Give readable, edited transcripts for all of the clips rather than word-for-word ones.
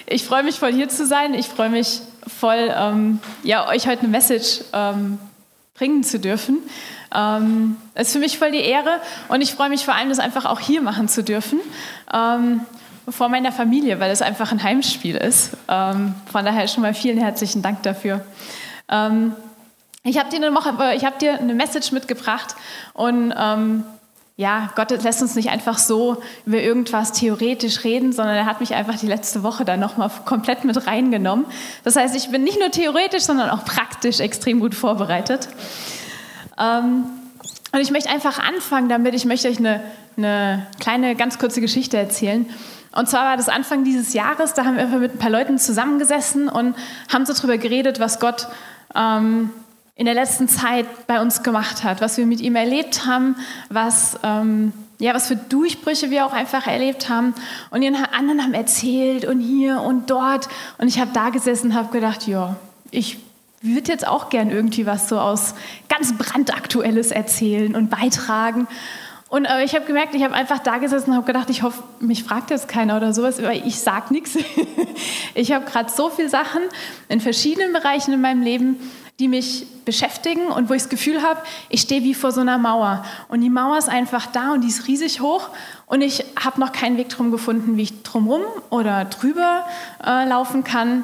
Ich freue mich voll, hier zu sein. Ich freue mich voll, euch heute eine Message bringen zu dürfen. Es ist für mich voll die Ehre und ich freue mich vor allem, das einfach auch hier machen zu dürfen, vor meiner Familie, weil es einfach ein Heimspiel ist. Von daher schon mal vielen herzlichen Dank dafür. Ich habe dir eine Message mitgebracht und Gott lässt uns nicht einfach so über irgendwas theoretisch reden, sondern er hat mich einfach die letzte Woche dann nochmal komplett mit reingenommen. Das heißt, ich bin nicht nur theoretisch, sondern auch praktisch extrem gut vorbereitet. Und ich möchte einfach anfangen damit, ich möchte euch eine kleine, ganz kurze Geschichte erzählen. Und zwar war das Anfang dieses Jahres, da haben wir mit ein paar Leuten zusammengesessen und haben so drüber geredet, was Gott in der letzten Zeit bei uns gemacht hat, was wir mit ihm erlebt haben, was für Durchbrüche wir auch einfach erlebt haben. Und die anderen haben erzählt und hier und dort. Und ich habe da gesessen und habe gedacht, ich würde jetzt auch gern irgendwie was so aus ganz brandaktuelles erzählen und beitragen. Und ich habe gemerkt, ich habe einfach da gesessen und habe gedacht, ich hoffe, mich fragt jetzt keiner oder sowas, weil ich sage nichts. Ich habe gerade so viele Sachen in verschiedenen Bereichen in meinem Leben, die mich beschäftigen und wo ich das Gefühl habe, ich stehe wie vor so einer Mauer. Und die Mauer ist einfach da und die ist riesig hoch und ich habe noch keinen Weg drum gefunden, wie ich drumherum oder drüber laufen kann.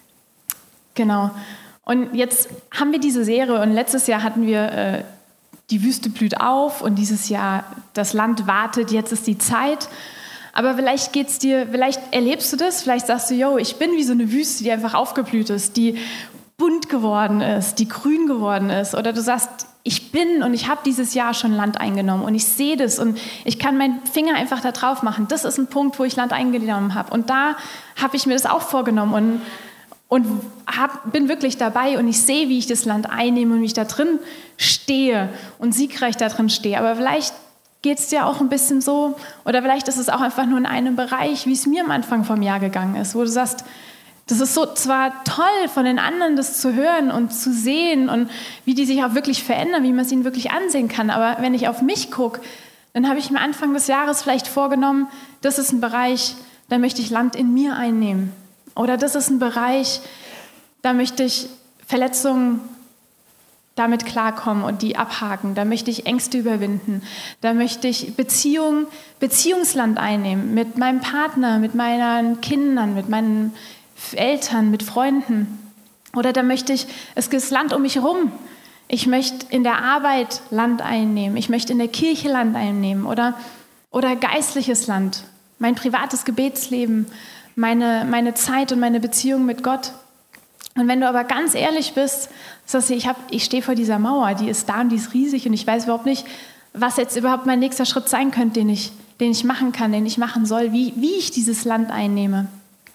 Genau. Und jetzt haben wir diese Serie und letztes Jahr hatten wir die Wüste blüht auf und dieses Jahr das Land wartet, jetzt ist die Zeit. Aber vielleicht erlebst du das, vielleicht sagst du, ich bin wie so eine Wüste, die einfach aufgeblüht ist, die bunt geworden ist, die grün geworden ist. Oder du sagst, ich bin und ich habe dieses Jahr schon Land eingenommen und ich sehe das und ich kann meinen Finger einfach da drauf machen. Das ist ein Punkt, wo ich Land eingenommen habe. Und da habe ich mir das auch vorgenommen und bin wirklich dabei und ich sehe, wie ich das Land einnehme und wie ich da drin stehe und siegreich da drin stehe. Aber vielleicht geht es dir auch ein bisschen so oder vielleicht ist es auch einfach nur in einem Bereich, wie es mir am Anfang vom Jahr gegangen ist, wo du sagst, das ist so zwar toll von den anderen, das zu hören und zu sehen und wie die sich auch wirklich verändern, wie man es ihnen wirklich ansehen kann. Aber wenn ich auf mich gucke, dann habe ich mir Anfang des Jahres vielleicht vorgenommen, das ist ein Bereich, da möchte ich Land in mir einnehmen. Oder das ist ein Bereich, da möchte ich Verletzungen damit klarkommen und die abhaken. Da möchte ich Ängste überwinden. Da möchte ich Beziehungsland einnehmen mit meinem Partner, mit meinen Kindern, mit meinen Eltern, mit Freunden. Oder da möchte ich, es gibt Land um mich herum. Ich möchte in der Arbeit Land einnehmen. Ich möchte in der Kirche Land einnehmen. Oder geistliches Land. Mein privates Gebetsleben. Meine Zeit und meine Beziehung mit Gott. Und wenn du aber ganz ehrlich bist, sagst du, ich stehe vor dieser Mauer, die ist da und die ist riesig und ich weiß überhaupt nicht, was jetzt überhaupt mein nächster Schritt sein könnte, den ich machen kann, den ich machen soll, wie ich dieses Land einnehme.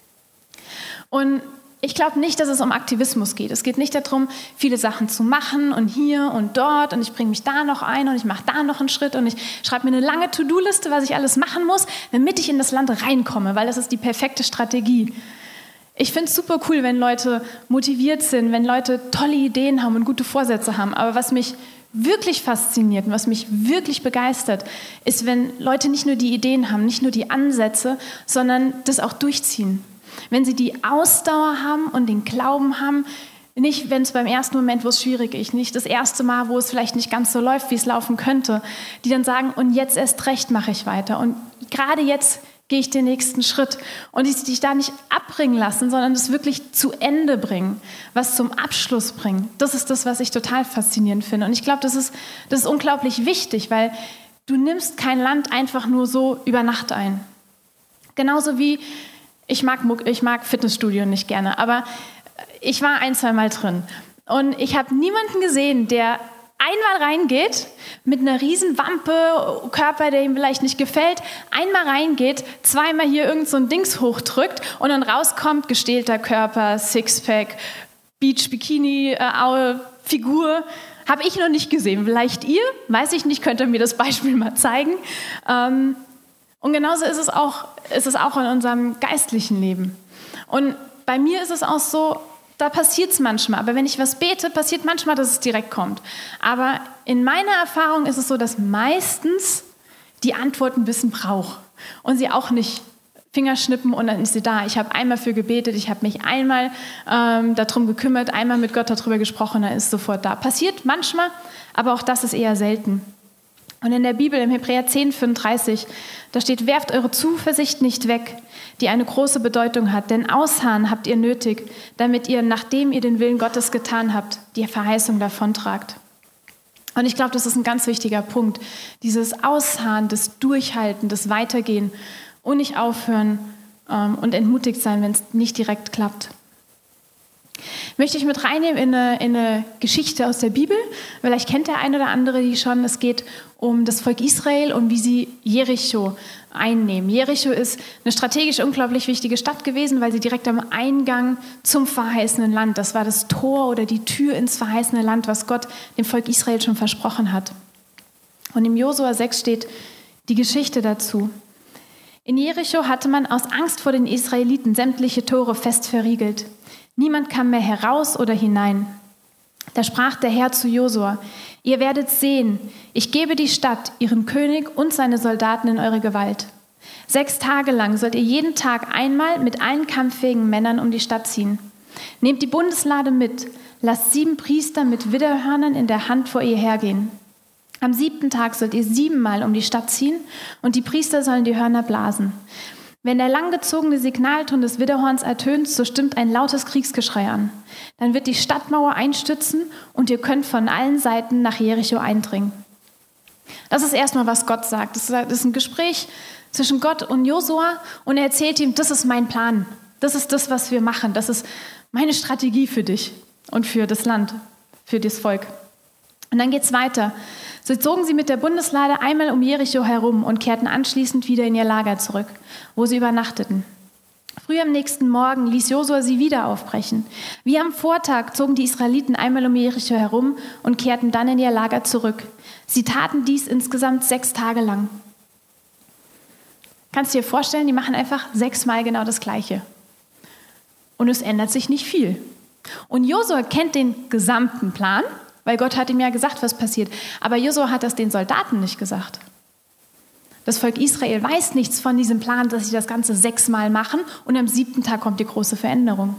Und ich glaube nicht, dass es um Aktivismus geht. Es geht nicht darum, viele Sachen zu machen und hier und dort und ich bringe mich da noch ein und ich mache da noch einen Schritt und ich schreibe mir eine lange To-Do-Liste, was ich alles machen muss, damit ich in das Land reinkomme, weil das ist die perfekte Strategie. Ich finde es super cool, wenn Leute motiviert sind, wenn Leute tolle Ideen haben und gute Vorsätze haben. Aber was mich wirklich fasziniert und was mich wirklich begeistert, ist, wenn Leute nicht nur die Ideen haben, nicht nur die Ansätze, sondern das auch durchziehen. Wenn sie die Ausdauer haben und den Glauben haben, nicht wenn es beim ersten Moment, wo es schwierig ist, nicht das erste Mal, wo es vielleicht nicht ganz so läuft, wie es laufen könnte, die dann sagen, und jetzt erst recht mache ich weiter. Und gerade jetzt gehe ich den nächsten Schritt. Und die sich da nicht abbringen lassen, sondern das wirklich zu Ende bringen, was zum Abschluss bringen. Das ist das, was ich total faszinierend finde. Und ich glaube, das ist unglaublich wichtig, weil du nimmst kein Land einfach nur so über Nacht ein. Genauso wie ich mag Fitnessstudio nicht gerne, aber ich war 1-2 Mal drin. Und ich habe niemanden gesehen, der einmal reingeht, mit einer riesen Wampe, Körper, der ihm vielleicht nicht gefällt, einmal reingeht, 2-mal hier irgend so ein Dings hochdrückt und dann rauskommt, gestählter Körper, Sixpack, Beach-Bikini, Figur. Habe ich noch nicht gesehen. Vielleicht ihr? Weiß ich nicht, könnt ihr mir das Beispiel mal zeigen. Und genauso ist es auch in unserem geistlichen Leben. Und bei mir ist es auch so, da passiert es manchmal. Aber wenn ich was bete, passiert manchmal, dass es direkt kommt. Aber in meiner Erfahrung ist es so, dass meistens die Antwort ein bisschen braucht. Und sie auch nicht Fingerschnippen und dann ist sie da. Ich habe einmal für gebetet, ich habe mich einmal darum gekümmert, einmal mit Gott darüber gesprochen, dann ist sie sofort da. Passiert manchmal, aber auch das ist eher selten. Und in der Bibel, im Hebräer 10,35, da steht, werft eure Zuversicht nicht weg, die eine große Bedeutung hat, denn Ausharren habt ihr nötig, damit ihr, nachdem ihr den Willen Gottes getan habt, die Verheißung davontragt. Und ich glaube, das ist ein ganz wichtiger Punkt. Dieses Ausharren, das Durchhalten, das Weitergehen und nicht aufhören und entmutigt sein, wenn es nicht direkt klappt. Möchte ich mit reinnehmen in eine Geschichte aus der Bibel. Vielleicht kennt der eine oder andere die schon. Es geht um das Volk Israel und wie sie Jericho einnehmen. Jericho ist eine strategisch unglaublich wichtige Stadt gewesen, weil sie direkt am Eingang zum verheißenen Land, das war das Tor oder die Tür ins verheißene Land, was Gott dem Volk Israel schon versprochen hat. Und im Josua 6 steht die Geschichte dazu. In Jericho hatte man aus Angst vor den Israeliten sämtliche Tore fest verriegelt. Niemand kam mehr heraus oder hinein. Da sprach der Herr zu Josua: Ihr werdet sehen, ich gebe die Stadt, ihren König und seine Soldaten in eure Gewalt. 6 Tage lang sollt ihr jeden Tag einmal mit allen kampffähigen Männern um die Stadt ziehen. Nehmt die Bundeslade mit, lasst 7 Priester mit Widderhörnern in der Hand vor ihr hergehen. Am 7. Tag sollt ihr 7-mal um die Stadt ziehen und die Priester sollen die Hörner blasen. Wenn der langgezogene Signalton des Widderhorns ertönt, so stimmt ein lautes Kriegsgeschrei an. Dann wird die Stadtmauer einstürzen und ihr könnt von allen Seiten nach Jericho eindringen. Das ist erstmal, was Gott sagt. Das ist ein Gespräch zwischen Gott und Josua und er erzählt ihm, das ist mein Plan. Das ist das, was wir machen. Das ist meine Strategie für dich und für das Land, für das Volk. Und dann geht's weiter. So zogen sie mit der Bundeslade einmal um Jericho herum und kehrten anschließend wieder in ihr Lager zurück, wo sie übernachteten. Früh am nächsten Morgen ließ Josua sie wieder aufbrechen. Wie am Vortag zogen die Israeliten einmal um Jericho herum und kehrten dann in ihr Lager zurück. Sie taten dies insgesamt 6 Tage lang. Kannst du dir vorstellen, die machen einfach 6-mal genau das Gleiche. Und es ändert sich nicht viel. Und Josua kennt den gesamten Plan, weil Gott hat ihm ja gesagt, was passiert. Aber Josua hat das den Soldaten nicht gesagt. Das Volk Israel weiß nichts von diesem Plan, dass sie das Ganze 6-mal machen und am 7. Tag kommt die große Veränderung.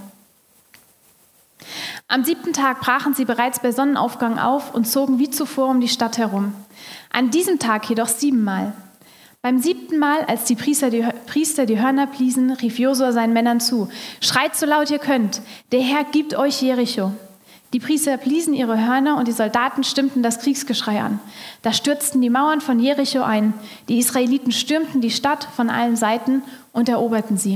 Am 7. Tag brachen sie bereits bei Sonnenaufgang auf und zogen wie zuvor um die Stadt herum. An diesem Tag jedoch 7-mal. Beim 7. Mal, als die Priester die Hörner bliesen, rief Josua seinen Männern zu: Schreit so laut ihr könnt, der Herr gibt euch Jericho. Die Priester bliesen ihre Hörner und die Soldaten stimmten das Kriegsgeschrei an. Da stürzten die Mauern von Jericho ein. Die Israeliten stürmten die Stadt von allen Seiten und eroberten sie.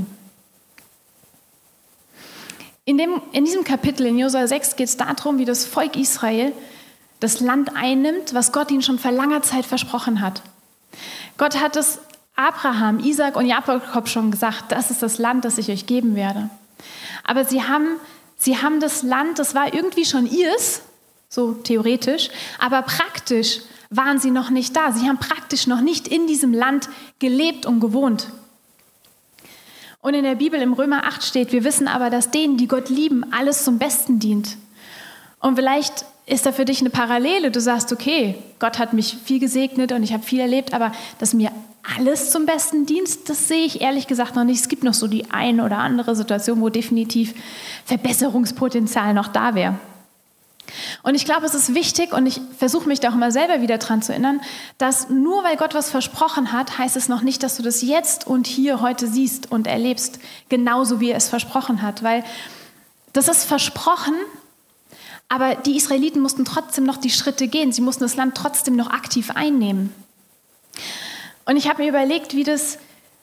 In diesem Kapitel in Josua 6 geht es darum, wie das Volk Israel das Land einnimmt, was Gott ihnen schon vor langer Zeit versprochen hat. Gott hat es Abraham, Isaak und Jakob schon gesagt: Das ist das Land, das ich euch geben werde. Aber sie haben das Land, das war irgendwie schon ihrs, so theoretisch, aber praktisch waren sie noch nicht da. Sie haben praktisch noch nicht in diesem Land gelebt und gewohnt. Und in der Bibel im Römer 8 steht: Wir wissen aber, dass denen, die Gott lieben, alles zum Besten dient. Und vielleicht ist da für dich eine Parallele. Du sagst, okay, Gott hat mich viel gesegnet und ich habe viel erlebt, aber dass mir alles zum Besten dient, das sehe ich ehrlich gesagt noch nicht. Es gibt noch so die ein oder andere Situation, wo definitiv Verbesserungspotenzial noch da wäre. Und ich glaube, es ist wichtig, und ich versuche mich da auch immer selber wieder dran zu erinnern, dass nur weil Gott was versprochen hat, heißt es noch nicht, dass du das jetzt und hier heute siehst und erlebst, genauso wie er es versprochen hat. Weil das ist versprochen, aber die Israeliten mussten trotzdem noch die Schritte gehen. Sie mussten das Land trotzdem noch aktiv einnehmen. Und ich habe mir überlegt, wie das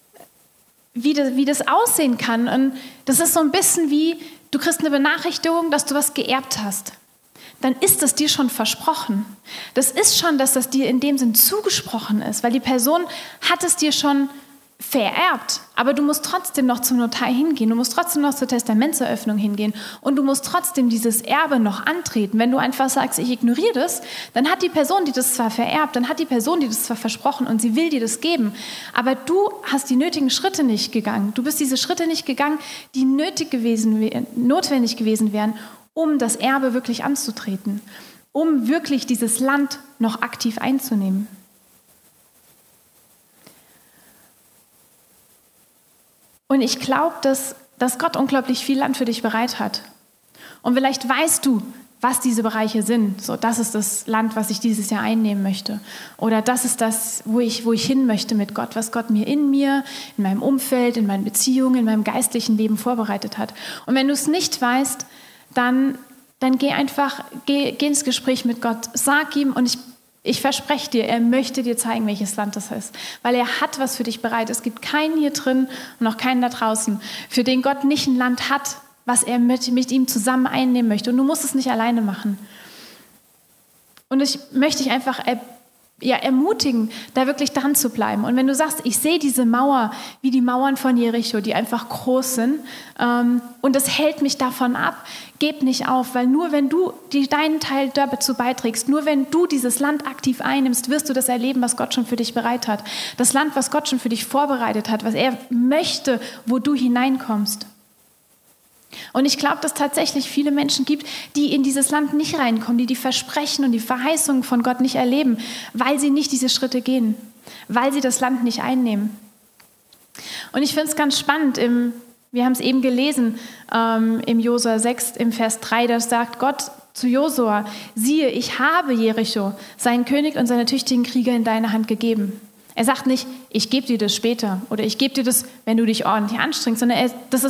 aussehen kann. Und das ist so ein bisschen wie, du kriegst eine Benachrichtigung, dass du was geerbt hast. Dann ist es dir schon versprochen. Das ist schon, dass das dir in dem Sinn zugesprochen ist, weil die Person hat es dir schon vererbt. Aber du musst trotzdem noch zum Notar hingehen, du musst trotzdem noch zur Testamentseröffnung hingehen und du musst trotzdem dieses Erbe noch antreten. Wenn du einfach sagst, ich ignoriere das, dann hat die Person, die das zwar vererbt, dann hat die Person, die das zwar versprochen und sie will dir das geben, aber du hast die nötigen Schritte nicht gegangen. Du bist diese Schritte nicht gegangen, die notwendig gewesen wären, um das Erbe wirklich anzutreten, um wirklich dieses Land noch aktiv einzunehmen. Und ich glaube, dass Gott unglaublich viel Land für dich bereit hat. Und vielleicht weißt du, was diese Bereiche sind. So, das ist das Land, was ich dieses Jahr einnehmen möchte. Oder das ist das, wo ich hin möchte mit Gott, was Gott mir, in meinem Umfeld, in meinen Beziehungen, in meinem geistlichen Leben vorbereitet hat. Und wenn du es nicht weißt, dann geh ins Gespräch mit Gott. Sag ihm, und ich verspreche dir, er möchte dir zeigen, welches Land das ist. Weil er hat was für dich bereit. Es gibt keinen hier drin und auch keinen da draußen, für den Gott nicht ein Land hat, was er mit ihm zusammen einnehmen möchte. Und du musst es nicht alleine machen. Und ich möchte dich einfach ermutigen, da wirklich dran zu bleiben. Und wenn du sagst, ich sehe diese Mauer wie die Mauern von Jericho, die einfach groß sind, und das hält mich davon ab, gib nicht auf, weil nur wenn du deinen Teil dazu beiträgst, nur wenn du dieses Land aktiv einnimmst, wirst du das erleben, was Gott schon für dich bereit hat. Das Land, was Gott schon für dich vorbereitet hat, was er möchte, wo du hineinkommst. Und ich glaube, dass es tatsächlich viele Menschen gibt, die in dieses Land nicht reinkommen, die Versprechen und die Verheißungen von Gott nicht erleben, weil sie nicht diese Schritte gehen, weil sie das Land nicht einnehmen. Und ich finde es ganz spannend, wir haben es eben gelesen, im Josua 6, im Vers 3, da sagt Gott zu Josua, siehe, ich habe Jericho, seinen König und seine tüchtigen Krieger in deine Hand gegeben. Er sagt nicht, ich gebe dir das später oder ich gebe dir das, wenn du dich ordentlich anstrengst, sondern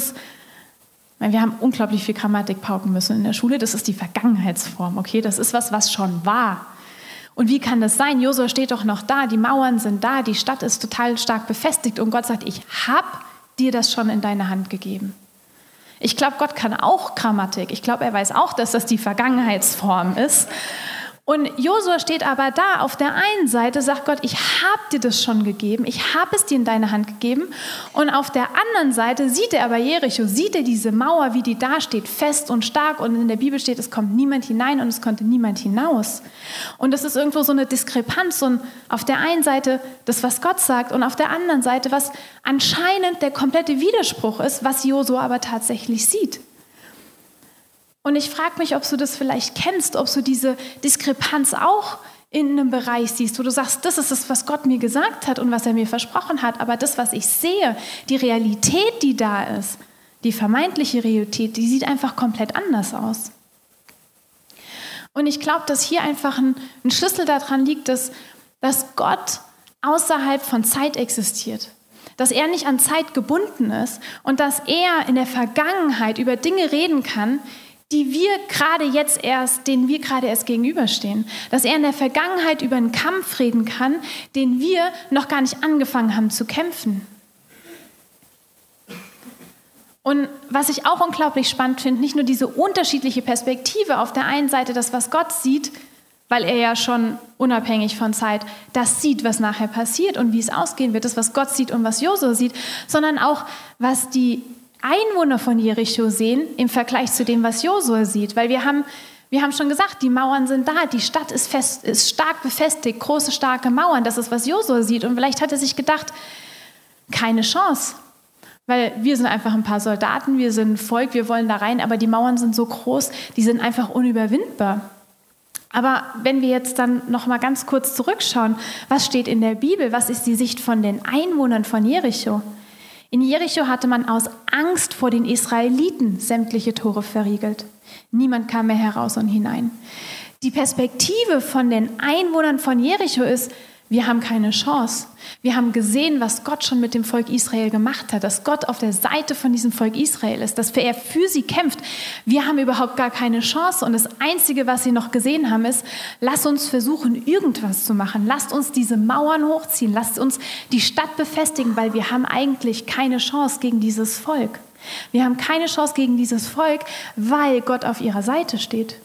wir haben unglaublich viel Grammatik pauken müssen in der Schule. Das ist die Vergangenheitsform, okay? Das ist was schon war. Und wie kann das sein? Josua steht doch noch da, die Mauern sind da, die Stadt ist total stark befestigt und Gott sagt, ich habe dir das schon in deine Hand gegeben. Ich glaube, Gott kann auch Grammatik. Ich glaube, er weiß auch, dass das die Vergangenheitsform ist. Und Josua steht aber da, auf der einen Seite sagt Gott, ich habe dir das schon gegeben, ich habe es dir in deine Hand gegeben. Und auf der anderen Seite sieht er aber Jericho, sieht er diese Mauer, wie die da steht, fest und stark. Und in der Bibel steht, es kommt niemand hinein und es konnte niemand hinaus. Und das ist irgendwo so eine Diskrepanz. Und auf der einen Seite das, was Gott sagt, und auf der anderen Seite, was anscheinend der komplette Widerspruch ist, was Josua aber tatsächlich sieht. Und ich frage mich, ob du das vielleicht kennst, ob du diese Diskrepanz auch in einem Bereich siehst, wo du sagst, das ist es, was Gott mir gesagt hat und was er mir versprochen hat, aber das, was ich sehe, die Realität, die da ist, die vermeintliche Realität, die sieht einfach komplett anders aus. Und ich glaube, dass hier einfach ein Schlüssel daran liegt, dass Gott außerhalb von Zeit existiert. Dass er nicht an Zeit gebunden ist und dass er in der Vergangenheit über Dinge reden kann, denen wir gerade erst gegenüberstehen. Dass er in der Vergangenheit über einen Kampf reden kann, den wir noch gar nicht angefangen haben zu kämpfen. Und was ich auch unglaublich spannend finde, nicht nur diese unterschiedliche Perspektive, auf der einen Seite das, was Gott sieht, weil er ja schon unabhängig von Zeit das sieht, was nachher passiert und wie es ausgehen wird, das, was Gott sieht und was Josua sieht, sondern auch, was die Einwohner von Jericho sehen im Vergleich zu dem, was Josua sieht. Weil wir haben schon gesagt, die Mauern sind da, die Stadt ist stark befestigt, große, starke Mauern, das ist, was Josua sieht. Und vielleicht hat er sich gedacht, keine Chance. Weil wir sind einfach ein paar Soldaten, wir sind ein Volk, wir wollen da rein, aber die Mauern sind so groß, die sind einfach unüberwindbar. Aber wenn wir jetzt dann noch mal ganz kurz zurückschauen, was steht in der Bibel, was ist die Sicht von den Einwohnern von Jericho? In Jericho hatte man aus Angst vor den Israeliten sämtliche Tore verriegelt. Niemand kam mehr heraus und hinein. Die Perspektive von den Einwohnern von Jericho ist, wir haben keine Chance. Wir haben gesehen, was Gott schon mit dem Volk Israel gemacht hat, dass Gott auf der Seite von diesem Volk Israel ist, dass er für sie kämpft. Wir haben überhaupt gar keine Chance und das Einzige, was sie noch gesehen haben, ist, lass uns versuchen, irgendwas zu machen. Lasst uns diese Mauern hochziehen, lasst uns die Stadt befestigen, weil wir haben eigentlich keine Chance gegen dieses Volk. Wir haben keine Chance gegen dieses Volk, weil Gott auf ihrer Seite steht.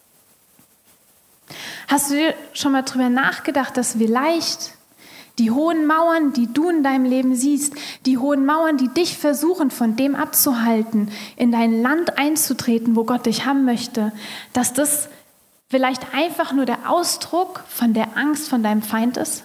Hast du dir schon mal darüber nachgedacht, dass vielleicht die hohen Mauern, die du in deinem Leben siehst, die hohen Mauern, die dich versuchen, von dem abzuhalten, in dein Land einzutreten, wo Gott dich haben möchte, dass das vielleicht einfach nur der Ausdruck von der Angst von deinem Feind ist?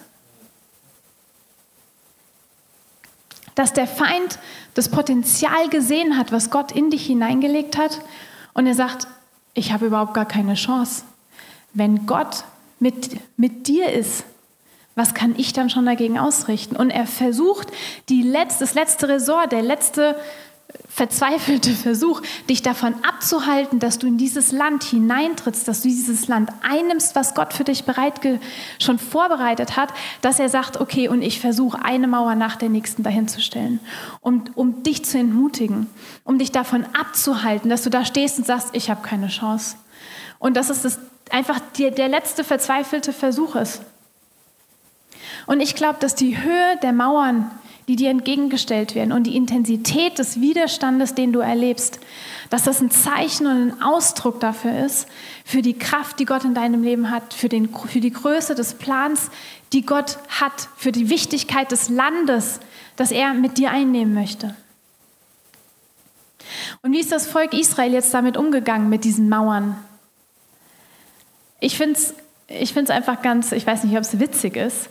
Dass der Feind das Potenzial gesehen hat, was Gott in dich hineingelegt hat und er sagt, ich habe überhaupt gar keine Chance. Wenn Gott mit dir ist, was kann ich dann schon dagegen ausrichten? Und er versucht, das letzte Ressort, der letzte verzweifelte Versuch, dich davon abzuhalten, dass du in dieses Land hineintrittst, dass du dieses Land einnimmst, was Gott für dich schon vorbereitet hat, dass er sagt, okay, und ich versuche eine Mauer nach der nächsten dahin zu stellen, um dich zu entmutigen, um dich davon abzuhalten, dass du da stehst und sagst, ich habe keine Chance. Und dass es einfach der letzte verzweifelte Versuch ist. Und ich glaube, dass die Höhe der Mauern, die dir entgegengestellt werden und die Intensität des Widerstandes, den du erlebst, dass das ein Zeichen und ein Ausdruck dafür ist, für die Kraft, die Gott in deinem Leben hat, für die Größe des Plans, die Gott hat, für die Wichtigkeit des Landes, das er mit dir einnehmen möchte. Und wie ist das Volk Israel jetzt damit umgegangen, mit diesen Mauern? Ich finde es einfach ich weiß nicht, ob es witzig ist.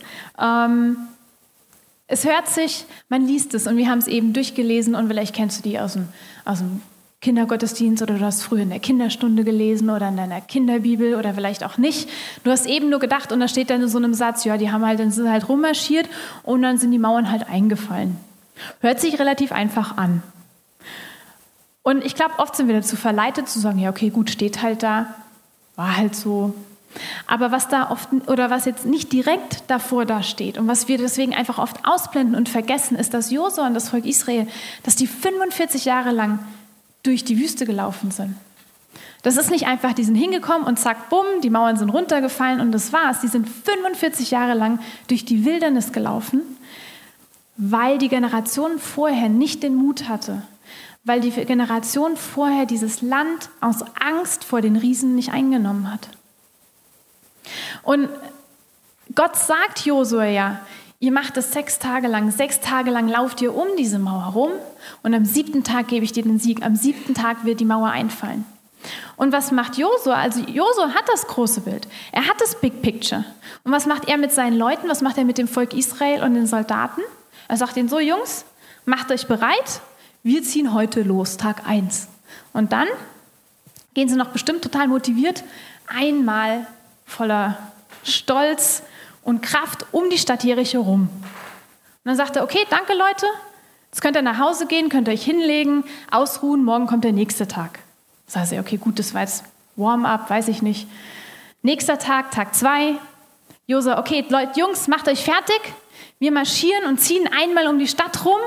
Es hört sich, man liest es und wir haben es eben durchgelesen und vielleicht kennst du die aus dem Kindergottesdienst oder du hast früher in der Kinderstunde gelesen oder in deiner Kinderbibel oder vielleicht auch nicht. Du hast eben nur gedacht und da steht dann in so einem Satz, ja, dann sind halt rummarschiert und dann sind die Mauern halt eingefallen. Hört sich relativ einfach an. Und ich glaube, oft sind wir dazu verleitet zu sagen, ja, okay, gut, steht halt da, war halt so. Aber was jetzt nicht direkt davor da steht und was wir deswegen einfach oft ausblenden und vergessen, ist, dass Josua und das Volk Israel, dass die 45 Jahre lang durch die Wüste gelaufen sind. Das ist nicht einfach, die sind hingekommen und zack, bumm, die Mauern sind runtergefallen und das war's. Die sind 45 Jahre lang durch die Wildernis gelaufen, weil die Generation vorher nicht den Mut hatte, weil die Generation vorher dieses Land aus Angst vor den Riesen nicht eingenommen hat. Und Gott sagt Josua ja, ihr macht es 6 Tage lang. 6 Tage lang lauft ihr um diese Mauer rum und am 7. Tag gebe ich dir den Sieg. Am 7. Tag wird die Mauer einfallen. Und was macht Josua? Also Josua hat das große Bild. Er hat das Big Picture. Und was macht er mit seinen Leuten? Was macht er mit dem Volk Israel und den Soldaten? Er sagt ihnen so, Jungs, macht euch bereit. Wir ziehen heute los, Tag 1. Und dann gehen sie noch bestimmt total motiviert einmal voller Stolz und Kraft um die Stadt Jericho rum. Und dann sagt er, okay, danke Leute, jetzt könnt ihr nach Hause gehen, könnt ihr euch hinlegen, ausruhen, morgen kommt der nächste Tag. Sagt er, okay, gut, das war jetzt Warm-up, weiß ich nicht. Nächster Tag, Tag 2. Josua, okay, Leute, Jungs, macht euch fertig. Wir marschieren und ziehen einmal um die Stadt rum.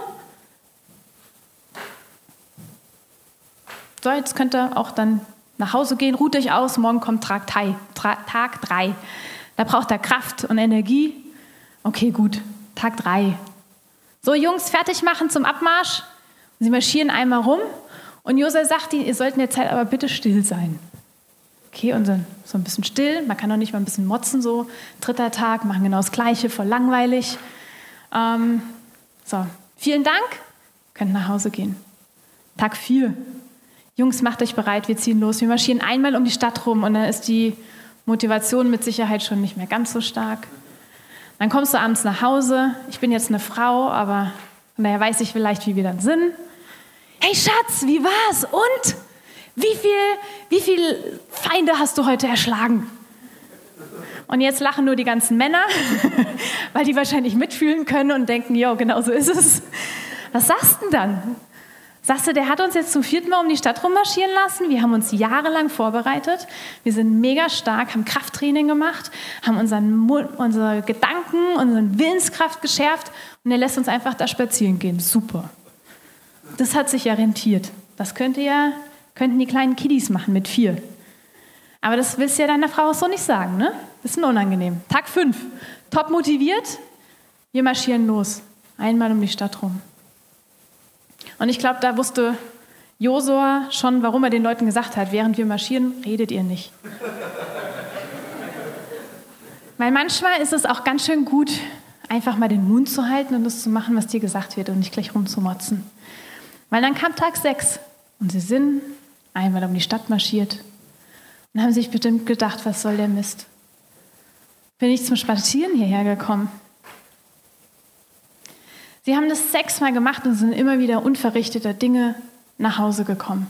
So, jetzt könnt ihr auch dann nach Hause gehen, ruht euch aus, morgen kommt Tag 3. Da braucht er Kraft und Energie. Okay, gut, Tag 3. So, Jungs, fertig machen zum Abmarsch. Und sie marschieren einmal rum und Josua sagt ihnen, ihr sollt in der Zeit aber bitte still sein. Okay, und dann so ein bisschen still, man kann doch nicht mal ein bisschen motzen, so 3. Tag, machen genau das Gleiche, voll langweilig. So, vielen Dank, könnt nach Hause gehen. Tag 4. Jungs, macht euch bereit, wir ziehen los. Wir marschieren einmal um die Stadt rum und dann ist die Motivation mit Sicherheit schon nicht mehr ganz so stark. Dann kommst du abends nach Hause. Ich bin jetzt eine Frau, aber von daher weiß ich vielleicht, wie wir dann sind. Hey Schatz, wie war's? Und? Wie viel Feinde hast du heute erschlagen? Und jetzt lachen nur die ganzen Männer, weil die wahrscheinlich mitfühlen können und denken, jo, genau so ist es. Was sagst du denn dann? Sagst du, der hat uns jetzt zum 4. Mal um die Stadt rummarschieren lassen? Wir haben uns jahrelang vorbereitet. Wir sind mega stark, haben Krafttraining gemacht, haben unsere Gedanken, unsere Willenskraft geschärft und er lässt uns einfach da spazieren gehen. Super. Das hat sich ja rentiert. Das könnten die kleinen Kiddies machen mit 4. Aber das willst du ja deiner Frau auch so nicht sagen, ne? Das ist unangenehm. Tag 5. Top motiviert. Wir marschieren los. Einmal um die Stadt rum. Und ich glaube, da wusste Josua schon, warum er den Leuten gesagt hat, während wir marschieren, redet ihr nicht. Weil manchmal ist es auch ganz schön gut, einfach mal den Mund zu halten und das zu machen, was dir gesagt wird und nicht gleich rumzumotzen. Weil dann kam Tag 6 und sie sind einmal um die Stadt marschiert und haben sich bestimmt gedacht, was soll der Mist? Bin ich zum Spazieren hierher gekommen? Sie haben das 6 Mal gemacht und sind immer wieder unverrichteter Dinge nach Hause gekommen.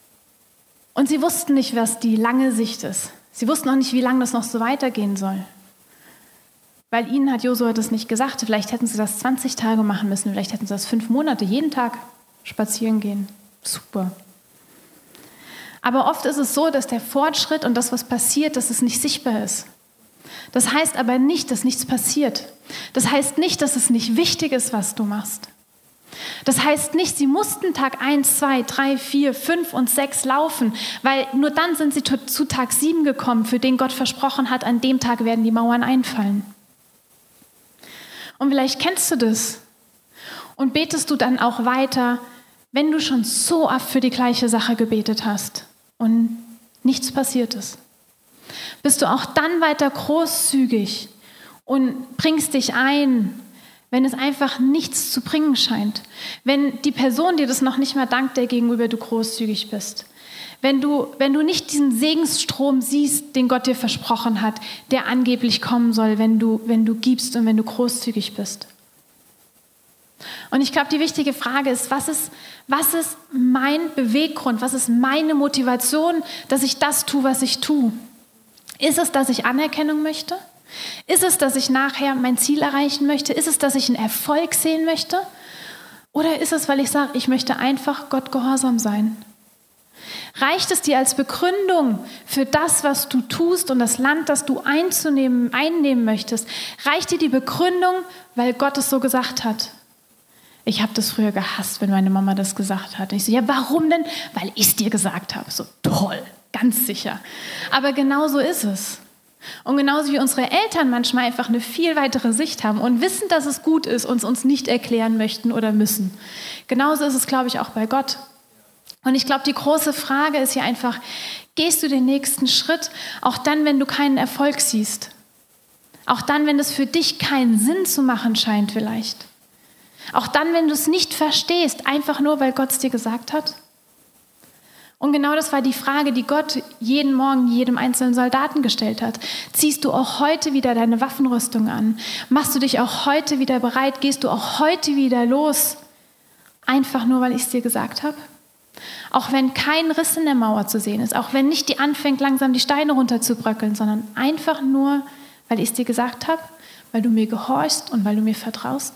Und sie wussten nicht, was die lange Sicht ist. Sie wussten auch nicht, wie lange das noch so weitergehen soll. weil ihnen hat Josua das nicht gesagt. Vielleicht hätten sie das 20 Tage machen müssen, vielleicht hätten sie das 5 Monate, jeden Tag spazieren gehen. Super. Aber oft ist es so, dass der Fortschritt und das, was passiert, dass es nicht sichtbar ist. Das heißt aber nicht, dass nichts passiert. Das heißt nicht, dass es nicht wichtig ist, was du machst. Das heißt nicht, sie mussten Tag 1, 2, 3, 4, 5 und 6 laufen, weil nur dann sind sie zu Tag 7 gekommen, für den Gott versprochen hat, an dem Tag werden die Mauern einfallen. Und vielleicht kennst du das und betest du dann auch weiter, wenn du schon so oft für die gleiche Sache gebetet hast und nichts passiert ist. Bist du auch dann weiter großzügig und bringst dich ein, wenn es einfach nichts zu bringen scheint. Wenn die Person dir das noch nicht mal dankt, der gegenüber du großzügig bist. Wenn du nicht diesen Segensstrom siehst, den Gott dir versprochen hat, der angeblich kommen soll, wenn du gibst und wenn du großzügig bist. Und ich glaube, die wichtige Frage ist, was ist mein Beweggrund, was ist meine Motivation, dass ich das tue, was ich tue? Ist es, dass ich Anerkennung möchte? Ist es, dass ich nachher mein Ziel erreichen möchte? Ist es, dass ich einen Erfolg sehen möchte? Oder ist es, weil ich sage, ich möchte einfach Gott gehorsam sein? Reicht es dir als Begründung für das, was du tust und das Land, das du einnehmen möchtest? Reicht dir die Begründung, weil Gott es so gesagt hat? Ich habe das früher gehasst, wenn meine Mama das gesagt hat. Und ich so, ja, warum denn? Weil ich es dir gesagt habe. So, toll, ganz sicher. Aber genau so ist es. Und genauso wie unsere Eltern manchmal einfach eine viel weitere Sicht haben und wissen, dass es gut ist und es uns nicht erklären möchten oder müssen. Genauso ist es, glaube ich, auch bei Gott. Und ich glaube, die große Frage ist hier einfach, gehst du den nächsten Schritt, auch dann, wenn du keinen Erfolg siehst? Auch dann, wenn es für dich keinen Sinn zu machen scheint vielleicht? Auch dann, wenn du es nicht verstehst, einfach nur, weil Gott es dir gesagt hat? Und genau das war die Frage, die Gott jeden Morgen jedem einzelnen Soldaten gestellt hat. Ziehst du auch heute wieder deine Waffenrüstung an? Machst du dich auch heute wieder bereit? Gehst du auch heute wieder los? Einfach nur, weil ich es dir gesagt habe? Auch wenn kein Riss in der Mauer zu sehen ist, auch wenn nicht die anfängt, langsam die Steine runterzubröckeln, sondern einfach nur, weil ich es dir gesagt habe, weil du mir gehorchst und weil du mir vertraust.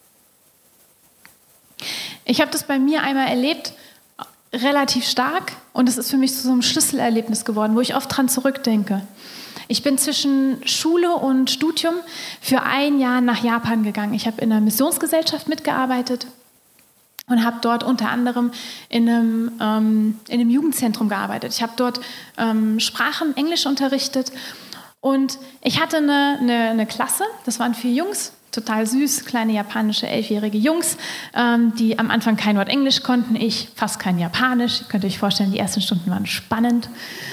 Ich habe das bei mir einmal erlebt, relativ stark, und es ist für mich zu so einem Schlüsselerlebnis geworden, wo ich oft dran zurückdenke. Ich bin zwischen Schule und Studium für 1 Jahr nach Japan gegangen. Ich habe in einer Missionsgesellschaft mitgearbeitet und habe dort unter anderem in einem Jugendzentrum gearbeitet. Ich habe dort Sprachen, Englisch unterrichtet und ich hatte eine Klasse, das waren 4 Jungs, total süß, kleine japanische 11-jährige Jungs, die am Anfang kein Wort Englisch konnten, ich fast kein Japanisch. Ihr könnt euch vorstellen, die ersten Stunden waren spannend.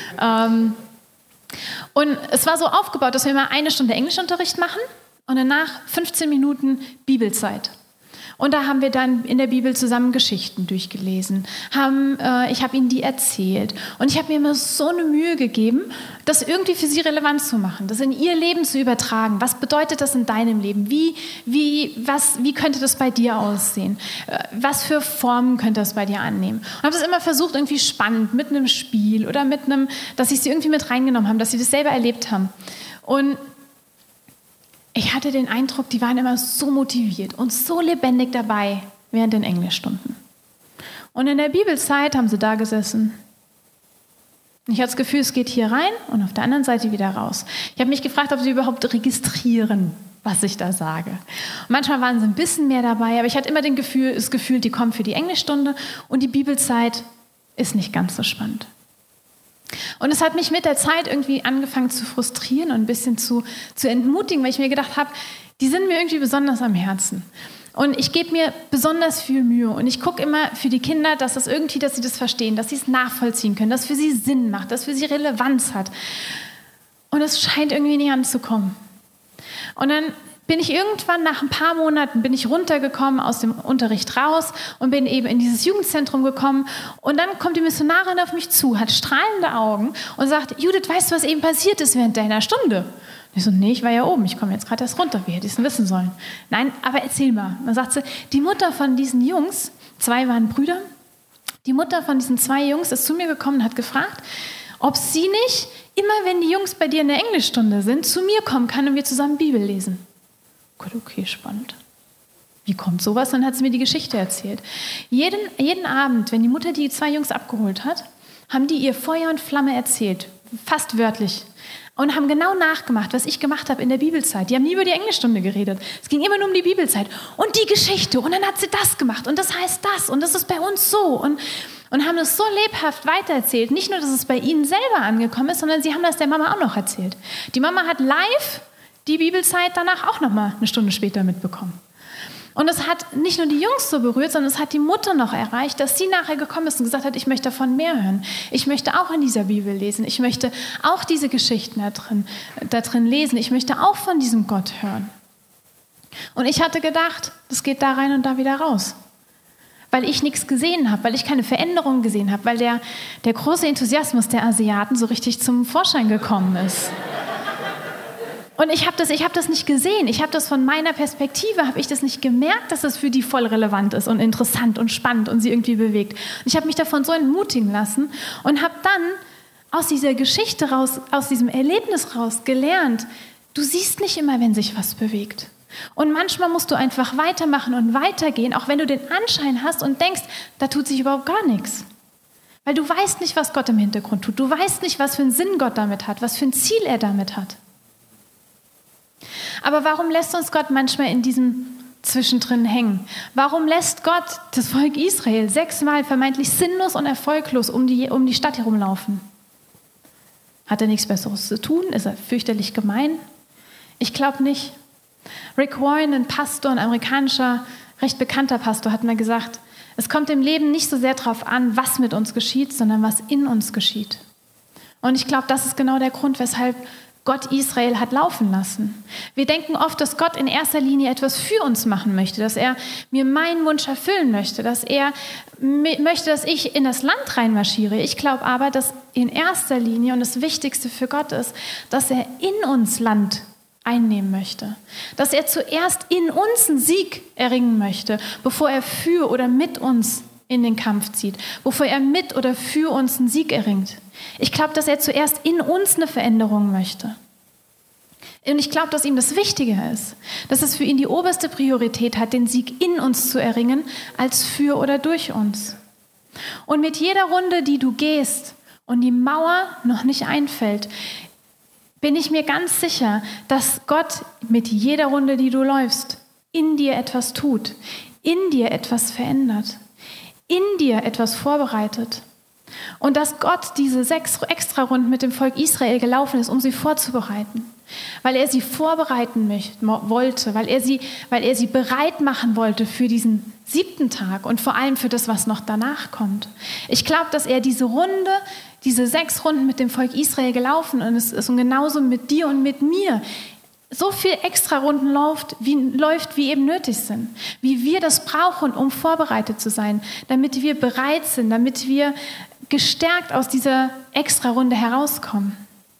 Und es war so aufgebaut, dass wir immer 1 Stunde Englischunterricht machen und danach 15 Minuten Bibelzeit. Und da haben wir dann in der Bibel zusammen Geschichten durchgelesen. Ich habe ihnen die erzählt. Und ich habe mir immer so eine Mühe gegeben, das irgendwie für sie relevant zu machen, das in ihr Leben zu übertragen. Was bedeutet das in deinem Leben? Wie könnte das bei dir aussehen? Was für Formen könnte das bei dir annehmen? Und habe das immer versucht, irgendwie spannend, mit einem Spiel oder dass ich sie irgendwie mit reingenommen habe, dass sie das selber erlebt haben. Und ich hatte den Eindruck, die waren immer so motiviert und so lebendig dabei während den Englischstunden. Und in der Bibelzeit haben sie da gesessen. Ich hatte das Gefühl, es geht hier rein und auf der anderen Seite wieder raus. Ich habe mich gefragt, ob sie überhaupt registrieren, was ich da sage. Und manchmal waren sie ein bisschen mehr dabei, aber ich hatte immer das Gefühl, die kommen für die Englischstunde und die Bibelzeit ist nicht ganz so spannend. Und es hat mich mit der Zeit irgendwie angefangen zu frustrieren und ein bisschen zu entmutigen, weil ich mir gedacht habe, die sind mir irgendwie besonders am Herzen. Und ich gebe mir besonders viel Mühe und ich gucke immer für die Kinder, dass sie das verstehen, dass sie es nachvollziehen können, dass es für sie Sinn macht, dass es für sie Relevanz hat. Und es scheint irgendwie nicht anzukommen. Und dann bin ich irgendwann nach ein paar Monaten runtergekommen aus dem Unterricht raus und bin eben in dieses Jugendzentrum gekommen. Und dann kommt die Missionarin auf mich zu, hat strahlende Augen und sagt, Judith, weißt du, was eben passiert ist während deiner Stunde? Und ich so, nee, ich war ja oben, ich komme jetzt gerade erst runter, wie hätte ich es denn wissen sollen? Nein, aber erzähl mal. Dann sagt sie, die Mutter von diesen Jungs, 2 waren Brüder, die Mutter von diesen 2 Jungs ist zu mir gekommen und hat gefragt, ob sie nicht, immer wenn die Jungs bei dir in der Englischstunde sind, zu mir kommen kann und wir zusammen Bibel lesen. Gut, okay, spannend. Wie kommt sowas? Dann hat sie mir die Geschichte erzählt. Jeden Abend, wenn die Mutter die 2 Jungs abgeholt hat, haben die ihr Feuer und Flamme erzählt, fast wörtlich. Und haben genau nachgemacht, was ich gemacht habe in der Bibelzeit. Die haben nie über die Englischstunde geredet. Es ging immer nur um die Bibelzeit. Und die Geschichte. Und dann hat sie das gemacht. Und das heißt das. Und das ist bei uns so. Und haben das so lebhaft weitererzählt. Nicht nur, dass es bei ihnen selber angekommen ist, sondern sie haben das der Mama auch noch erzählt. Die Mama hat live die Bibelzeit danach auch noch mal eine Stunde später mitbekommen. Und es hat nicht nur die Jungs so berührt, sondern es hat die Mutter noch erreicht, dass sie nachher gekommen ist und gesagt hat, ich möchte davon mehr hören. Ich möchte auch in dieser Bibel lesen. Ich möchte auch diese Geschichten da drin lesen. Ich möchte auch von diesem Gott hören. Und ich hatte gedacht, das geht da rein und da wieder raus. Weil ich nichts gesehen habe, weil ich keine Veränderung gesehen habe, weil der große Enthusiasmus der Asiaten so richtig zum Vorschein gekommen ist. Und ich habe das nicht gesehen. Ich habe das von meiner Perspektive, habe ich das nicht gemerkt, dass das für die voll relevant ist und interessant und spannend und sie irgendwie bewegt. Und ich habe mich davon so entmutigen lassen und habe dann aus dieser Geschichte raus, aus diesem Erlebnis raus gelernt, du siehst nicht immer, wenn sich was bewegt. Und manchmal musst du einfach weitermachen und weitergehen, auch wenn du den Anschein hast und denkst, da tut sich überhaupt gar nichts. Weil du weißt nicht, was Gott im Hintergrund tut. Du weißt nicht, was für einen Sinn Gott damit hat, was für ein Ziel er damit hat. Aber warum lässt uns Gott manchmal in diesem Zwischendrin hängen? Warum lässt Gott das Volk Israel 6-mal vermeintlich sinnlos und erfolglos um die Stadt herumlaufen? Hat er nichts Besseres zu tun? Ist er fürchterlich gemein? Ich glaube nicht. Rick Warren, ein Pastor, ein amerikanischer, recht bekannter Pastor, hat mal gesagt, es kommt im Leben nicht so sehr darauf an, was mit uns geschieht, sondern was in uns geschieht. Und ich glaube, das ist genau der Grund, weshalb Gott Israel hat laufen lassen. Wir denken oft, dass Gott in erster Linie etwas für uns machen möchte, dass er mir meinen Wunsch erfüllen möchte, dass er möchte, dass ich in das Land reinmarschiere. Ich glaube aber, dass in erster Linie und das Wichtigste für Gott ist, dass er in uns Land einnehmen möchte. Dass er zuerst in uns einen Sieg erringen möchte, bevor er für oder mit uns in den Kampf zieht, bevor er mit oder für uns einen Sieg erringt. Ich glaube, dass er zuerst in uns eine Veränderung möchte. Und ich glaube, dass ihm das wichtiger ist, dass es für ihn die oberste Priorität hat, den Sieg in uns zu erringen, als für oder durch uns. Und mit jeder Runde, die du gehst und die Mauer noch nicht einfällt, bin ich mir ganz sicher, dass Gott mit jeder Runde, die du läufst, in dir etwas tut, in dir etwas verändert, in dir etwas vorbereitet. Und dass Gott diese 6 Extrarunden mit dem Volk Israel gelaufen ist, um sie vorzubereiten. Weil er sie vorbereiten wollte, weil er sie bereit machen wollte für diesen 7. Tag und vor allem für das, was noch danach kommt. Ich glaube, dass er diese 6 Runden mit dem Volk Israel gelaufen ist und genauso mit dir und mit mir so viel Extrarunden läuft, wie eben nötig sind. Wie wir das brauchen, um vorbereitet zu sein, damit wir bereit sind, damit wir gestärkt aus dieser Extrarunde herauskommen.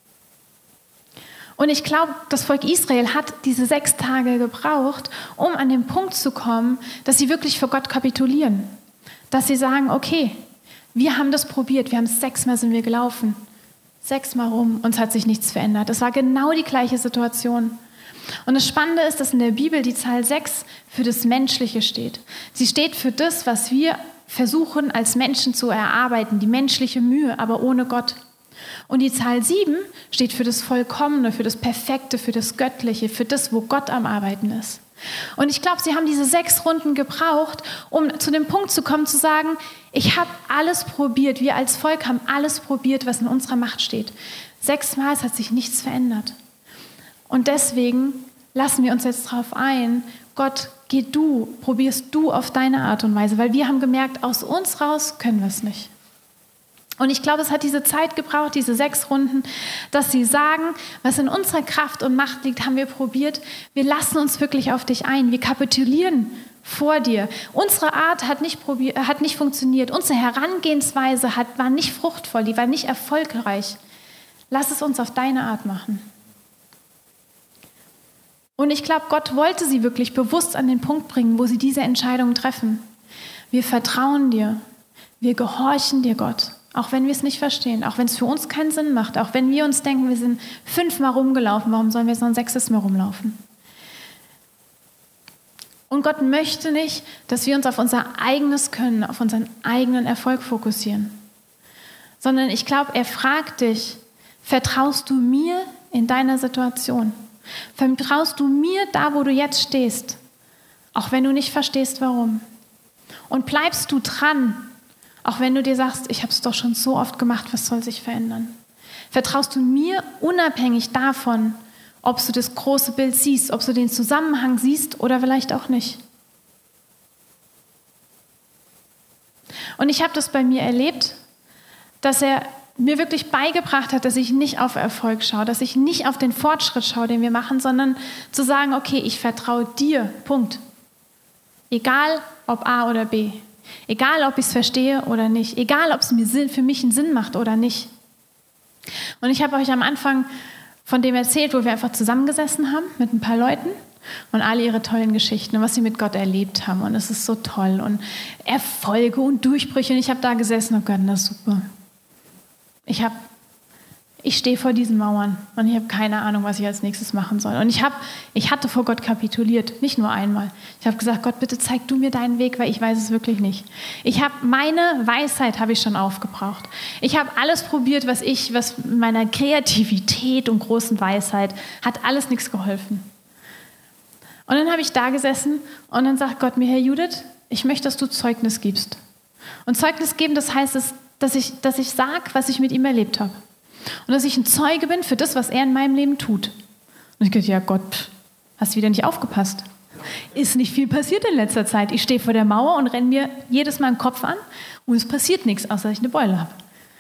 Und ich glaube, das Volk Israel hat diese 6 Tage gebraucht, um an den Punkt zu kommen, dass sie wirklich vor Gott kapitulieren. Dass sie sagen, okay, wir haben das probiert, 6-mal sind wir gelaufen. 6-mal rum, uns hat sich nichts verändert. Es war genau die gleiche Situation. Und das Spannende ist, dass in der Bibel die Zahl 6 für das Menschliche steht. Sie steht für das, was wir versuchen als Menschen zu erarbeiten, die menschliche Mühe, aber ohne Gott. Und die Zahl 7 steht für das Vollkommene, für das Perfekte, für das Göttliche, für das, wo Gott am Arbeiten ist. Und ich glaube, sie haben diese 6 Runden gebraucht, um zu dem Punkt zu kommen, zu sagen, ich habe alles probiert, wir als Volk haben alles probiert, was in unserer Macht steht. 6-mal, es hat sich nichts verändert. Und deswegen lassen wir uns jetzt darauf ein, Gott, probierst du auf deine Art und Weise, weil wir haben gemerkt, aus uns raus können wir es nicht. Und ich glaube, es hat diese Zeit gebraucht, diese 6 Runden, dass sie sagen, was in unserer Kraft und Macht liegt, haben wir probiert. Wir lassen uns wirklich auf dich ein. Wir kapitulieren vor dir. Unsere Art hat nicht funktioniert. Unsere Herangehensweise war nicht fruchtvoll, die war nicht erfolgreich. Lass es uns auf deine Art machen. Und ich glaube, Gott wollte sie wirklich bewusst an den Punkt bringen, wo sie diese Entscheidung treffen. Wir vertrauen dir. Wir gehorchen dir, Gott. Auch wenn wir es nicht verstehen, auch wenn es für uns keinen Sinn macht, auch wenn wir uns denken, wir sind 5-mal rumgelaufen, warum sollen wir jetzt noch ein 6. Mal rumlaufen? Und Gott möchte nicht, dass wir uns auf unser eigenes Können, auf unseren eigenen Erfolg fokussieren. Sondern ich glaube, er fragt dich, vertraust du mir in deiner Situation? Vertraust du mir da, wo du jetzt stehst? Auch wenn du nicht verstehst, warum. Und bleibst du dran, auch wenn du dir sagst, ich habe es doch schon so oft gemacht, was soll sich verändern? Vertraust du mir unabhängig davon, ob du das große Bild siehst, ob du den Zusammenhang siehst oder vielleicht auch nicht. Und ich habe das bei mir erlebt, dass er mir wirklich beigebracht hat, dass ich nicht auf Erfolg schaue, dass ich nicht auf den Fortschritt schaue, den wir machen, sondern zu sagen, okay, ich vertraue dir, Punkt. Egal, ob A oder B. Egal, ob ich es verstehe oder nicht. Egal, ob es für mich einen Sinn macht oder nicht. Und ich habe euch am Anfang von dem erzählt, wo wir einfach zusammengesessen haben mit ein paar Leuten und alle ihre tollen Geschichten und was sie mit Gott erlebt haben. Und es ist so toll und Erfolge und Durchbrüche. Und ich habe da gesessen und Gott, das ist super. Ich stehe vor diesen Mauern und ich habe keine Ahnung, was ich als nächstes machen soll. Und ich hatte vor Gott kapituliert, nicht nur einmal. Ich habe gesagt, Gott, bitte zeig du mir deinen Weg, weil ich weiß es wirklich nicht. Meine Weisheit habe ich schon aufgebraucht. Ich habe alles probiert, was meiner Kreativität und großen Weisheit, hat alles nichts geholfen. Und dann habe ich da gesessen und dann sagt Gott mir, Herr Judith, ich möchte, dass du Zeugnis gibst. Und Zeugnis geben, das heißt, dass ich sage, was ich mit ihm erlebt habe. Und dass ich ein Zeuge bin für das, was er in meinem Leben tut. Und ich dachte, ja Gott, hast du wieder nicht aufgepasst. Ist nicht viel passiert in letzter Zeit. Ich stehe vor der Mauer und renne mir jedes Mal den Kopf an und es passiert nichts, außer dass ich eine Beule habe.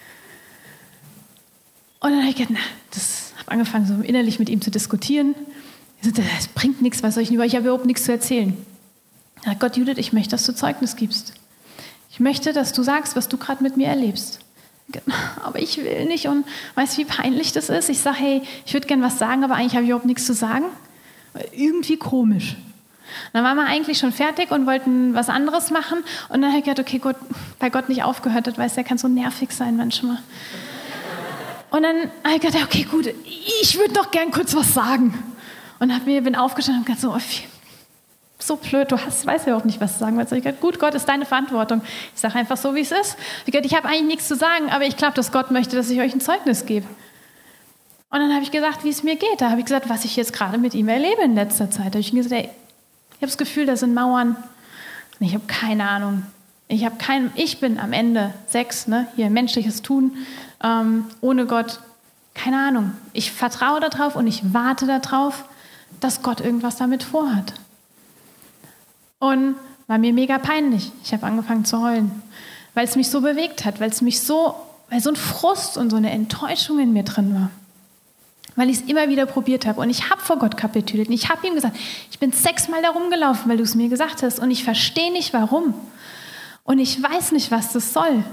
Und dann habe ich gedacht, habe angefangen, so innerlich mit ihm zu diskutieren. Ich sagte, das bringt nichts, was soll ich über? Ich habe überhaupt nichts zu erzählen. Ich sagte, Gott, Judith, ich möchte, dass du Zeugnis gibst. Ich möchte, dass du sagst, was du gerade mit mir erlebst. Aber ich will nicht und weißt du, wie peinlich das ist? Ich sage, hey, ich würde gerne was sagen, aber eigentlich habe ich überhaupt nichts zu sagen. Irgendwie komisch. Dann waren wir eigentlich schon fertig und wollten was anderes machen und dann habe ich gedacht, okay, Gott, weil Gott nicht aufgehört hat, weißt du, er kann so nervig sein manchmal. Und dann habe ich gedacht, okay, gut, ich würde doch gern kurz was sagen. Und bin aufgestanden und gesagt, so blöd, weißt ja überhaupt nicht, was zu sagen. Ich habe gesagt, gut, Gott, ist deine Verantwortung. Ich sage einfach so, wie es ist. Ich habe eigentlich nichts zu sagen, aber ich glaube, dass Gott möchte, dass ich euch ein Zeugnis gebe. Und dann habe ich gesagt, wie es mir geht. Da habe ich gesagt, was ich jetzt gerade mit ihm erlebe in letzter Zeit. Da habe ich gesagt, ich habe das Gefühl, da sind Mauern. Und ich habe keine Ahnung. Ich bin am Ende 6, hier menschliches Tun, ohne Gott. Keine Ahnung. Ich vertraue darauf und ich warte darauf, dass Gott irgendwas damit vorhat. Und war mir mega peinlich. Ich habe angefangen zu heulen, weil es mich so bewegt hat, weil so ein Frust und so eine Enttäuschung in mir drin war. Weil ich es immer wieder probiert habe. Und ich habe vor Gott kapituliert. Und ich habe ihm gesagt, ich bin 6-mal da rumgelaufen, weil du es mir gesagt hast. Und ich verstehe nicht, warum. Und ich weiß nicht, was das soll.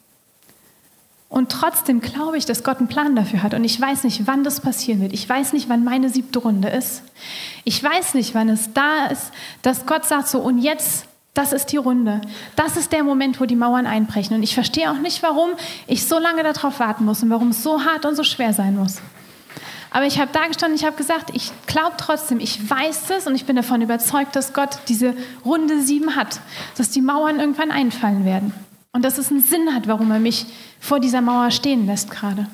Und trotzdem glaube ich, dass Gott einen Plan dafür hat. Und ich weiß nicht, wann das passieren wird. Ich weiß nicht, wann meine 7. Runde ist. Ich weiß nicht, wann es da ist, dass Gott sagt so, und jetzt, das ist die Runde. Das ist der Moment, wo die Mauern einbrechen. Und ich verstehe auch nicht, warum ich so lange darauf warten muss und warum es so hart und so schwer sein muss. Aber ich habe da gestanden, ich habe gesagt, ich glaube trotzdem, ich weiß es und ich bin davon überzeugt, dass Gott diese Runde 7 hat. Dass die Mauern irgendwann einfallen werden. Und dass es einen Sinn hat, warum er mich vor dieser Mauer stehen lässt gerade.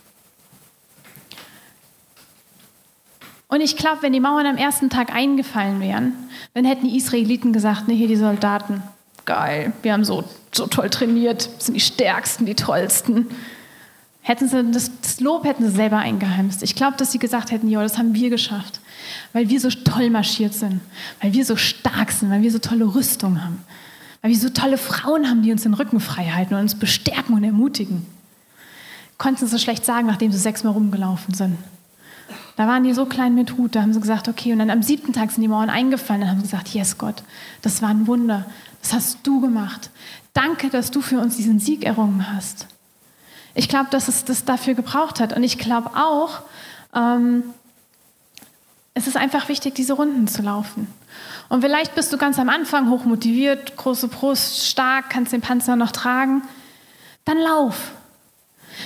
Und ich glaube, wenn die Mauern am ersten Tag eingefallen wären, dann hätten die Israeliten gesagt, hier die Soldaten, geil, wir haben so toll trainiert, sind die Stärksten, die Tollsten. Das Lob hätten sie selber eingeheimst. Ich glaube, dass sie gesagt hätten, ja, das haben wir geschafft, weil wir so toll marschiert sind, weil wir so stark sind, weil wir so tolle Rüstung haben. Weil wir so tolle Frauen haben, die uns den Rücken frei halten und uns bestärken und ermutigen. Konnten sie so schlecht sagen, nachdem sie 6-mal rumgelaufen sind. Da waren die so klein mit Hut, da haben sie gesagt, okay, und dann am 7. Tag sind die Mauern eingefallen, dann haben sie gesagt, yes Gott, das war ein Wunder, das hast du gemacht. Danke, dass du für uns diesen Sieg errungen hast. Ich glaube, dass es das dafür gebraucht hat und ich glaube auch, es ist einfach wichtig, diese Runden zu laufen. Und vielleicht bist du ganz am Anfang hochmotiviert, große Brust, stark, kannst den Panzer noch tragen. Dann lauf.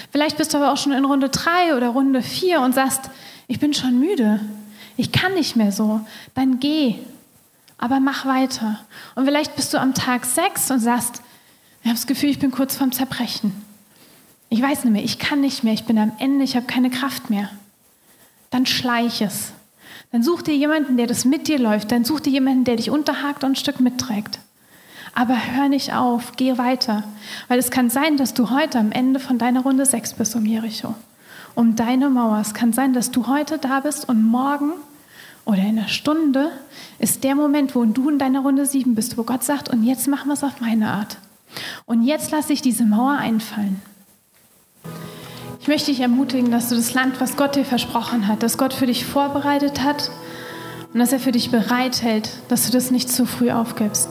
Vielleicht bist du aber auch schon in Runde 3 oder Runde 4 und sagst, ich bin schon müde, ich kann nicht mehr so. Dann geh, aber mach weiter. Und vielleicht bist du am Tag 6 und sagst, ich habe das Gefühl, ich bin kurz vorm Zerbrechen. Ich weiß nicht mehr, ich kann nicht mehr, ich bin am Ende, ich habe keine Kraft mehr. Dann schleich es. Dann such dir jemanden, der das mit dir läuft. Dann such dir jemanden, der dich unterhakt und ein Stück mitträgt. Aber hör nicht auf, geh weiter. Weil es kann sein, dass du heute am Ende von deiner Runde 6 bist um Jericho. Um deine Mauer. Es kann sein, dass du heute da bist und morgen oder in einer Stunde ist der Moment, wo du in deiner Runde 7 bist, wo Gott sagt, und jetzt machen wir es auf meine Art. Und jetzt lasse ich diese Mauer einfallen. Ich möchte dich ermutigen, dass du das Land, was Gott dir versprochen hat, das Gott für dich vorbereitet hat und dass er für dich bereithält, dass du das nicht zu früh aufgibst.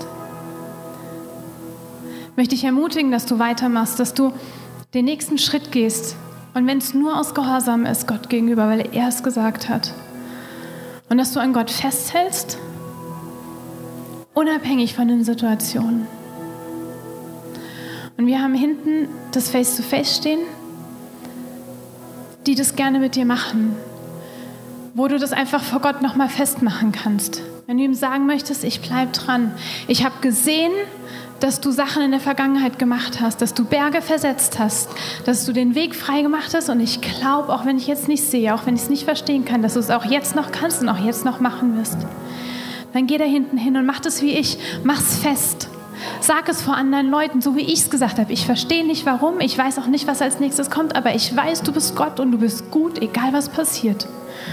Ich möchte dich ermutigen, dass du weitermachst, dass du den nächsten Schritt gehst. Und wenn es nur aus Gehorsam ist Gott gegenüber, weil er es gesagt hat. Und dass du an Gott festhältst, unabhängig von den Situationen. Und wir haben hinten das Face-to-Face stehen, die das gerne mit dir machen, wo du das einfach vor Gott nochmal festmachen kannst. Wenn du ihm sagen möchtest, ich bleib dran. Ich habe gesehen, dass du Sachen in der Vergangenheit gemacht hast, dass du Berge versetzt hast, dass du den Weg frei gemacht hast und ich glaube, auch wenn ich jetzt nicht sehe, auch wenn ich es nicht verstehen kann, dass du es auch jetzt noch kannst und auch jetzt noch machen wirst. Dann geh da hinten hin und mach das wie ich, mach's fest. Sag es vor anderen Leuten, so wie ich es gesagt habe. Ich verstehe nicht warum, ich weiß auch nicht, was als nächstes kommt, aber ich weiß, du bist Gott und du bist gut, egal was passiert.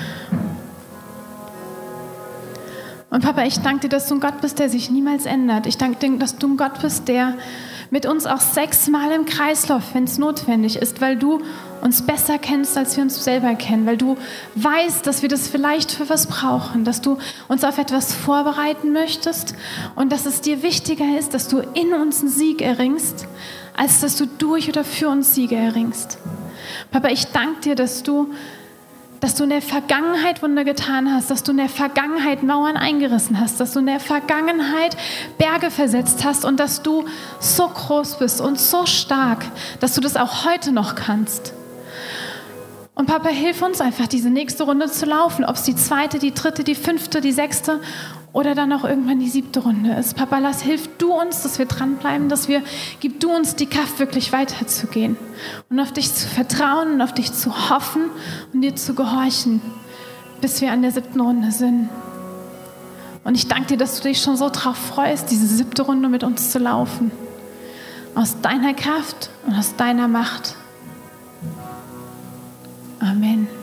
Und Papa, ich danke dir, dass du ein Gott bist, der sich niemals ändert. Ich danke dir, dass du ein Gott bist, der mit uns auch 6-mal im Kreis läuft, wenn es notwendig ist, weil du uns besser kennst, als wir uns selber kennen, weil du weißt, dass wir das vielleicht für was brauchen, dass du uns auf etwas vorbereiten möchtest und dass es dir wichtiger ist, dass du in uns einen Sieg erringst, als dass du durch oder für uns Siege erringst. Papa, ich danke dir, dass du in der Vergangenheit Wunder getan hast, dass du in der Vergangenheit Mauern eingerissen hast, dass du in der Vergangenheit Berge versetzt hast und dass du so groß bist und so stark, dass du das auch heute noch kannst. Und Papa, hilf uns einfach, diese nächste Runde zu laufen, ob es die 2., die 3., die 5., die 6. oder dann auch irgendwann die 7. Runde ist. Papa, hilf du uns, dass wir dranbleiben, gib du uns die Kraft, wirklich weiterzugehen und auf dich zu vertrauen und auf dich zu hoffen und dir zu gehorchen, bis wir an der 7. Runde sind. Und ich danke dir, dass du dich schon so drauf freust, diese 7. Runde mit uns zu laufen. Aus deiner Kraft und aus deiner Macht. Amen.